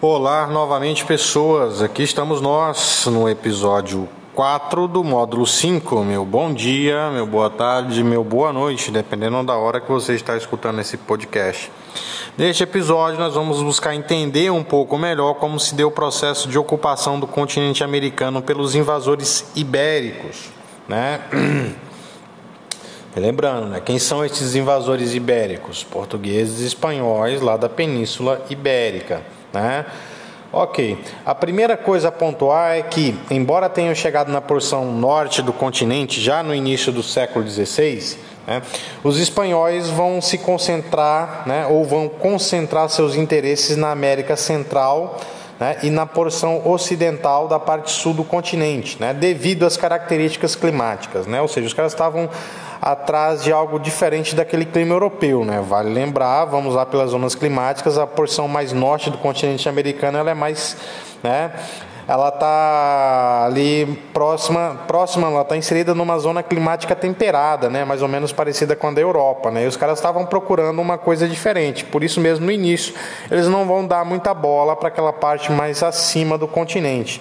Olá novamente, pessoas, aqui estamos nós no episódio 4 do módulo 5. Meu bom dia, meu boa tarde, meu boa noite, dependendo da hora que você está escutando esse podcast. Neste episódio nós vamos buscar entender um pouco melhor como se deu o processo de ocupação do continente americano pelos invasores ibéricos, né? Lembrando, quem são esses invasores ibéricos? Portugueses e espanhóis lá da Península Ibérica, né? Ok, a primeira coisa a pontuar é que, embora tenham chegado na porção norte do continente já no início do século XVI, os espanhóis vão se concentrar, ou vão concentrar seus interesses na América Central, e na porção ocidental da parte sul do continente, devido às características climáticas, ou seja, os caras estavam atrás de algo diferente daquele clima europeu, Vale lembrar, vamos lá pelas zonas climáticas, a porção mais norte do continente americano ela é mais, ela está ali próxima, ela está inserida numa zona climática temperada, mais ou menos parecida com a da Europa, e os caras estavam procurando uma coisa diferente, por isso mesmo no início eles não vão dar muita bola para aquela parte mais acima do continente,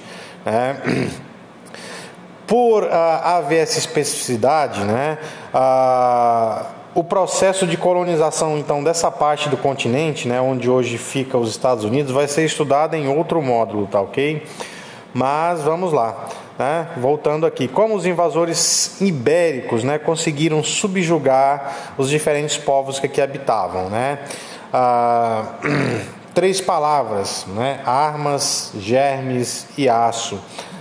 Por haver essa especificidade, o processo de colonização então dessa parte do continente, onde hoje fica os Estados Unidos, vai ser estudado em outro módulo, tá ok? Mas vamos lá, voltando aqui, como os invasores ibéricos, conseguiram subjugar os diferentes povos que aqui habitavam, três palavras, armas, germes e aço,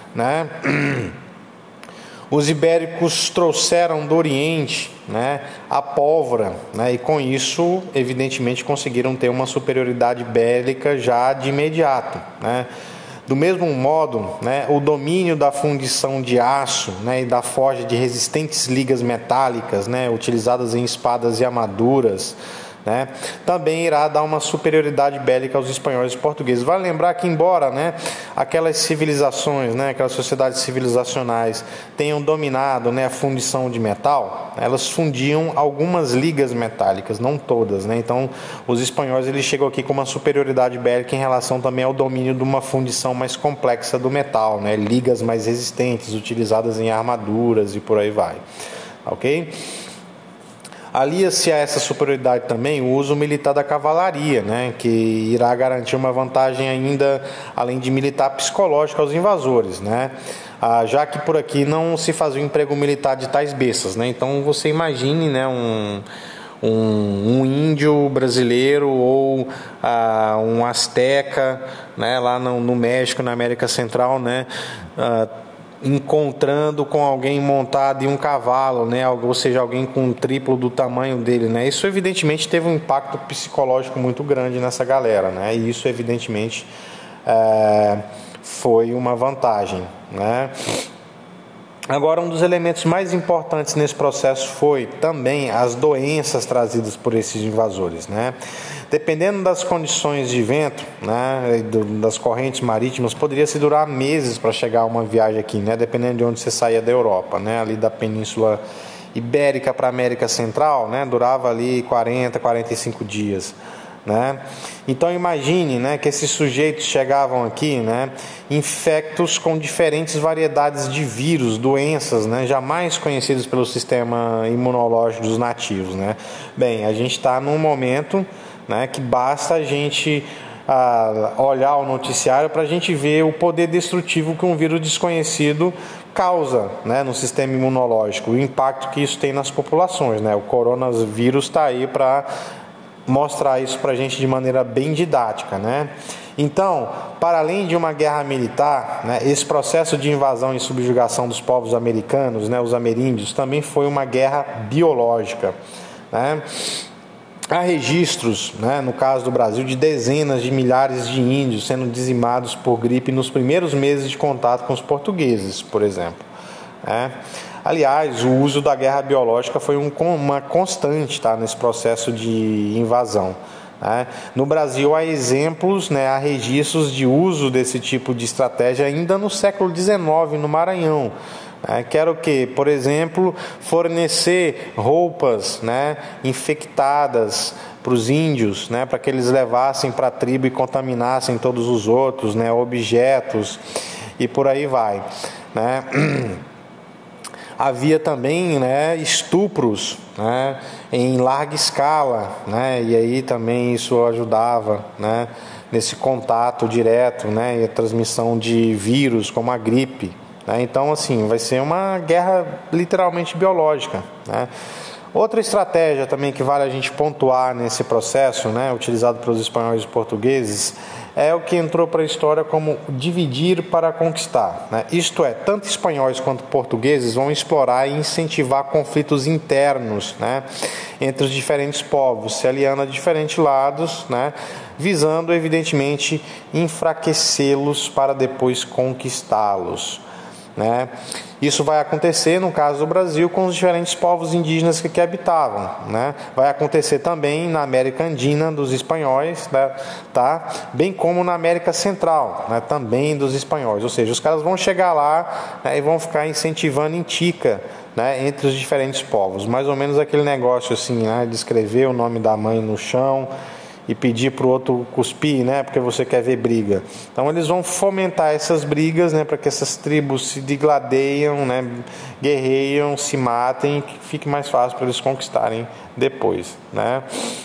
Os ibéricos trouxeram do Oriente, a pólvora, e com isso, evidentemente, conseguiram ter uma superioridade bélica já de imediato, Do mesmo modo, o domínio da fundição de aço, e da forja de resistentes ligas metálicas, utilizadas em espadas e armaduras, também irá dar uma superioridade bélica aos espanhóis e portugueses. Vale lembrar que, embora aquelas civilizações, aquelas sociedades civilizacionais tenham dominado a fundição de metal, elas fundiam algumas ligas metálicas, não todas, Então, os espanhóis eles chegam aqui com uma superioridade bélica em relação também ao domínio de uma fundição mais complexa do metal, ligas mais resistentes, utilizadas em armaduras e por aí vai, ok? Alia-se a essa superioridade também o uso militar da cavalaria, que irá garantir uma vantagem ainda, além de militar, psicológica aos invasores, já que por aqui não se fazia o emprego militar de tais bestas, Então você imagine, um índio brasileiro ou um asteca, lá no México, na América Central, encontrando com alguém montado em um cavalo, ou seja, alguém com um triplo do tamanho dele, Isso evidentemente teve um impacto psicológico muito grande nessa galera, E isso evidentemente foi uma vantagem, Agora, um dos elementos mais importantes nesse processo foi também as doenças trazidas por esses invasores, Dependendo das condições de vento, das correntes marítimas, poderia se durar meses para chegar a uma viagem aqui, Dependendo de onde você saía da Europa, ali da Península Ibérica para a América Central, durava ali 40, 45 dias. Então imagine que esses sujeitos chegavam aqui infectos com diferentes variedades de vírus, doenças jamais conhecidas pelo sistema imunológico dos nativos. Bem, a gente está num momento que basta a gente olhar o noticiário para a gente ver o poder destrutivo que um vírus desconhecido causa no sistema imunológico, o impacto que isso tem nas populações. O coronavírus está aí para mostrar isso para a gente de maneira bem didática, Então, para além de uma guerra militar, esse processo de invasão e subjugação dos povos americanos, os ameríndios, também foi uma guerra biológica, Há registros, no caso do Brasil, de dezenas de milhares de índios sendo dizimados por gripe nos primeiros meses de contato com os portugueses, por exemplo, Aliás, o uso da guerra biológica foi uma constante nesse processo de invasão. No Brasil há exemplos, há registros de uso desse tipo de estratégia ainda no século XIX, no Maranhão. Que era o quê? Por exemplo, fornecer roupas infectadas para os índios, né, para que eles levassem para a tribo e contaminassem todos os outros, né, objetos e por aí vai, né. Havia também, né, estupros, né, em larga escala, né, e aí também isso ajudava, né, nesse contato direto, né, e a transmissão de vírus como a gripe, né. Então, assim, vai ser uma guerra literalmente biológica, né. Outra estratégia também que vale a gente pontuar nesse processo, né, utilizado pelos espanhóis e portugueses, é o que entrou para a história como dividir para conquistar, né? Isto é, tanto espanhóis quanto portugueses vão explorar e incentivar conflitos internos, né, entre os diferentes povos, se aliando a diferentes lados, né, visando evidentemente enfraquecê-los para depois conquistá-los, né? Isso vai acontecer no caso do Brasil com os diferentes povos indígenas que aqui habitavam, né? Vai acontecer também na América Andina dos espanhóis, né? Tá? Bem como na América Central, né? Também dos espanhóis. Ou seja, os caras vão chegar lá, né, e vão ficar incentivando em tica, né, entre os diferentes povos. Mais ou menos aquele negócio assim, né, de escrever o nome da mãe no chão e pedir para o outro cuspir, né, porque você quer ver briga. Então eles vão fomentar essas brigas, né, para que essas tribos se digladeiam, né, guerreiam, se matem, e que fique mais fácil para eles conquistarem depois, né.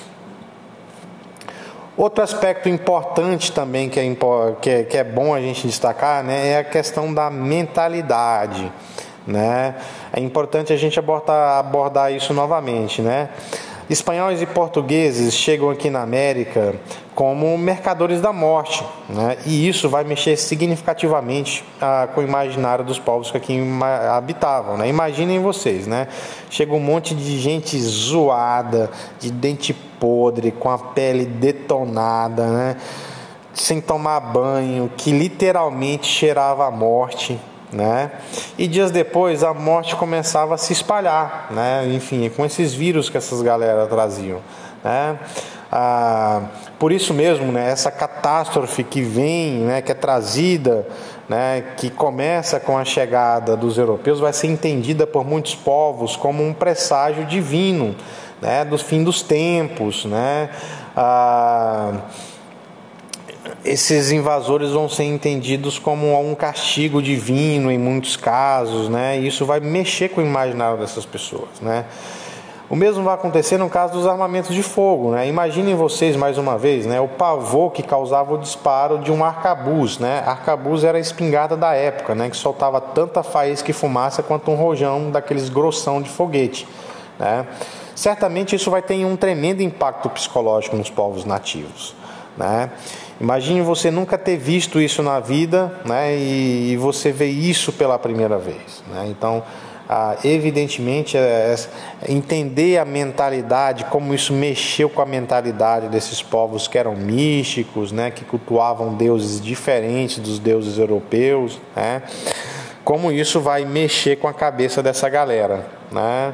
Outro aspecto importante também que é bom a gente destacar, né, é a questão da mentalidade, né. É importante a gente abordar isso novamente, né. Espanhóis e portugueses chegam aqui na América como mercadores da morte, né? E isso vai mexer significativamente com o imaginário dos povos que aqui habitavam, né? Imaginem vocês, né? Chega um monte de gente zoada, de dente podre, com a pele detonada, né, sem tomar banho, que literalmente cheirava a morte, né? E dias depois a morte começava a se espalhar, né? Enfim, com esses vírus que essas galera traziam, né? Por isso mesmo, né, essa catástrofe que vem, né, que é trazida, né, que começa com a chegada dos europeus, vai ser entendida por muitos povos como um presságio divino, né, do fim dos tempos, né? Esses invasores vão ser entendidos como um castigo divino em muitos casos, né? E isso vai mexer com o imaginário dessas pessoas, né? O mesmo vai acontecer no caso dos armamentos de fogo, né? Imaginem vocês mais uma vez, né, o pavor que causava o disparo de um arcabuz, né? Arcabuz era a espingarda da época, né, que soltava tanta faísca e fumaça quanto um rojão daqueles grossão de foguete, né? Certamente isso vai ter um tremendo impacto psicológico nos povos nativos, né? Imagine você nunca ter visto isso na vida, né, e você vê isso pela primeira vez, né? Então, evidentemente, entender a mentalidade, como isso mexeu com a mentalidade desses povos que eram místicos, né, que cultuavam deuses diferentes dos deuses europeus, né? Como isso vai mexer com a cabeça dessa galera, né?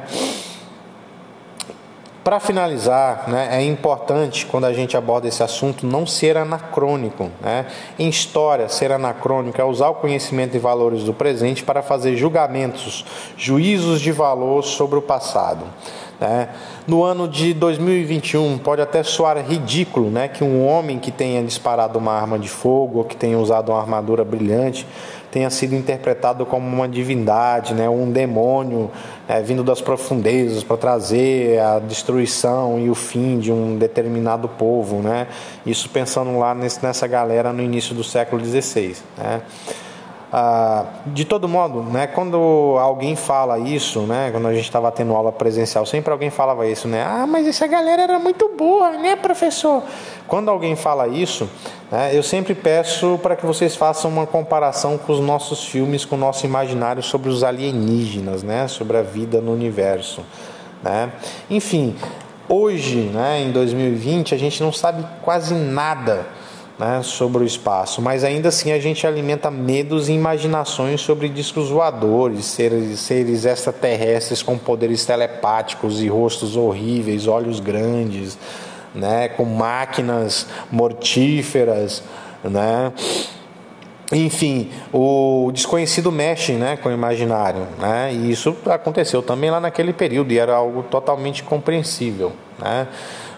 Para finalizar, né, é importante, quando a gente aborda esse assunto, não ser anacrônico, né? Em história, ser anacrônico é usar o conhecimento e valores do presente para fazer julgamentos, juízos de valor sobre o passado, né? No ano de 2021, pode até soar ridículo, né, que um homem que tenha disparado uma arma de fogo ou que tenha usado uma armadura brilhante tenha sido interpretado como uma divindade, né, um demônio vindo das profundezas para trazer a destruição e o fim de um determinado povo, né? Isso pensando lá nessa galera no início do século XVI, né? De todo modo, né, quando alguém fala isso, né, quando a gente estava tendo aula presencial, sempre alguém falava isso, né? Mas essa galera era muito boa, né, professor? Quando alguém fala isso, né, eu sempre peço para que vocês façam uma comparação com os nossos filmes, com o nosso imaginário sobre os alienígenas, né, sobre a vida no universo, né? Enfim, hoje, né, em 2020, a gente não sabe quase nada, né, sobre o espaço, mas ainda assim a gente alimenta medos e imaginações sobre discos voadores, seres extraterrestres com poderes telepáticos e rostos horríveis, olhos grandes, né, com máquinas mortíferas, né? Enfim, o desconhecido mexe, né, com o imaginário, né? E isso aconteceu também lá naquele período e era algo totalmente compreensível, né?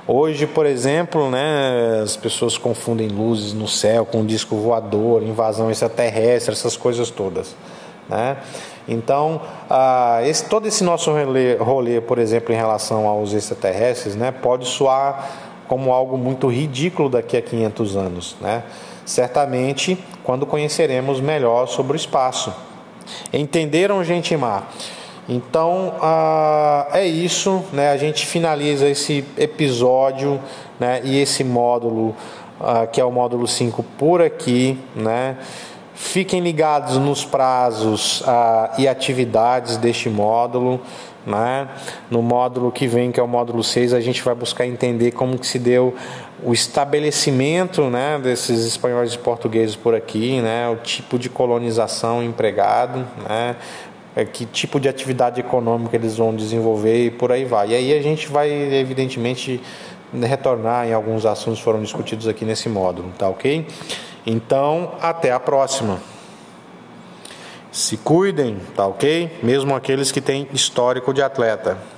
Hoje, por exemplo, né, as pessoas confundem luzes no céu com disco voador, invasão extraterrestre, essas coisas todas, né? Então, todo esse nosso rolê, por exemplo, em relação aos extraterrestres, né, pode soar como algo muito ridículo daqui a 500 anos, né? Certamente, quando conheceremos melhor sobre o espaço. Entenderam, gente má? Então, é isso, né? A gente finaliza esse episódio, né, e esse módulo, que é o módulo 5 por aqui, né? Fiquem ligados nos prazos e atividades deste módulo, né? No módulo que vem, que é o módulo 6, a gente vai buscar entender como que se deu o estabelecimento, né, desses espanhóis e portugueses por aqui, né? O tipo de colonização empregado, né? Que tipo de atividade econômica eles vão desenvolver e por aí vai. E aí a gente vai, evidentemente, retornar em alguns assuntos que foram discutidos aqui nesse módulo, tá ok? Então, até a próxima. Se cuidem, tá ok? Mesmo aqueles que têm histórico de atleta.